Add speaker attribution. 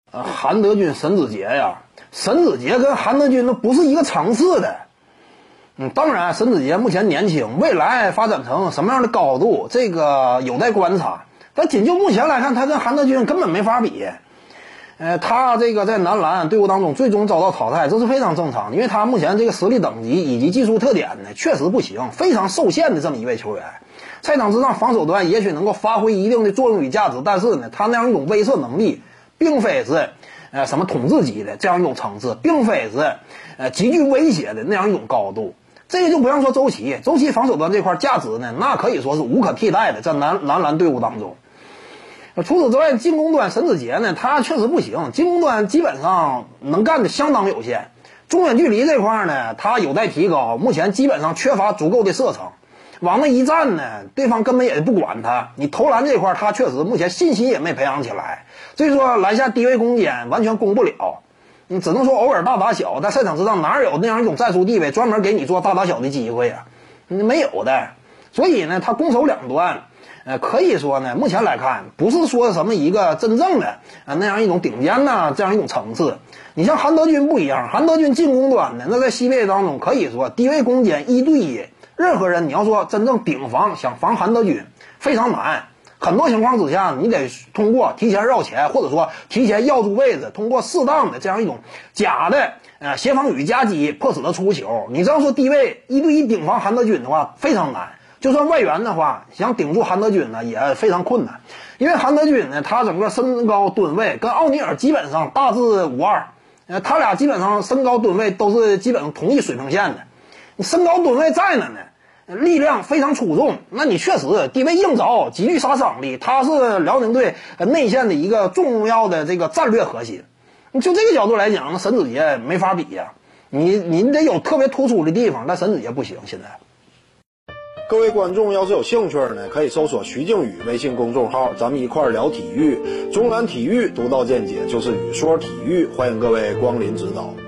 Speaker 1: 韩德君、沈子杰呀，沈子杰跟韩德君那不是一个层次的。当然，沈子杰目前年轻，未来发展成什么样的高度，这个有待观察。但仅就目前来看，他跟韩德君根本没法比。他这个在男篮队伍当中最终遭到淘汰，这是非常正常的，因为他目前这个实力等级以及技术特点呢，确实不行，非常受限的这么一位球员。赛场之上防守端也许能够发挥一定的作用与价值，但是呢，他那样一种威慑能力，并非是什么统治级的这样一种层次，并非是极具威胁的那样一种高度。这个就不用说周琦防守端这块价值呢，那可以说是无可替代的，在男篮队伍当中。除此之外，进攻端沈子杰呢，他确实不行，进攻端基本上能干的相当有限。中远距离这块呢，他有待提高，目前基本上缺乏足够的射程。往那一站呢，对方根本也不管他。你投篮这块，他确实目前信心也没培养起来，所以说篮下低位攻坚完全攻不了。你只能说偶尔大打小，在赛场之上哪有那样一种战术地位专门给你做大打小的机会啊？没有的。所以呢，他攻守两端，可以说呢，目前来看不是说什么一个真正的那样一种顶尖呐这样一种层次。你像韩德君不一样，韩德君进攻端的那在西北当中可以说低位攻坚1对1，任何人你要说真正顶防想防韩德君非常难。很多情况之下，你得通过提前绕前，或者说提前要住位置，通过适当的这样一种假的协防与夹击，迫使他出球。你这样说低位1对1顶防韩德君的话非常难，就算外援的话，想顶住韩德君呢也非常困难。因为韩德君呢，他整个身高吨位跟奥尼尔基本上大致无二，他俩基本上身高吨位都是基本上同一水平线的。你身高吨位在呢，力量非常出众，那你确实低位硬着，极具杀伤力，他是辽宁队内线的一个重要的这个战略核心。你就这个角度来讲，那沈子杰没法比呀。你得有特别突出的地方，但沈子杰不行。现在，
Speaker 2: 各位观众要是有兴趣呢，可以搜索徐静宇微信公众号，咱们一块聊体育。中南体育独到见解就是语说体育，欢迎各位光临指导。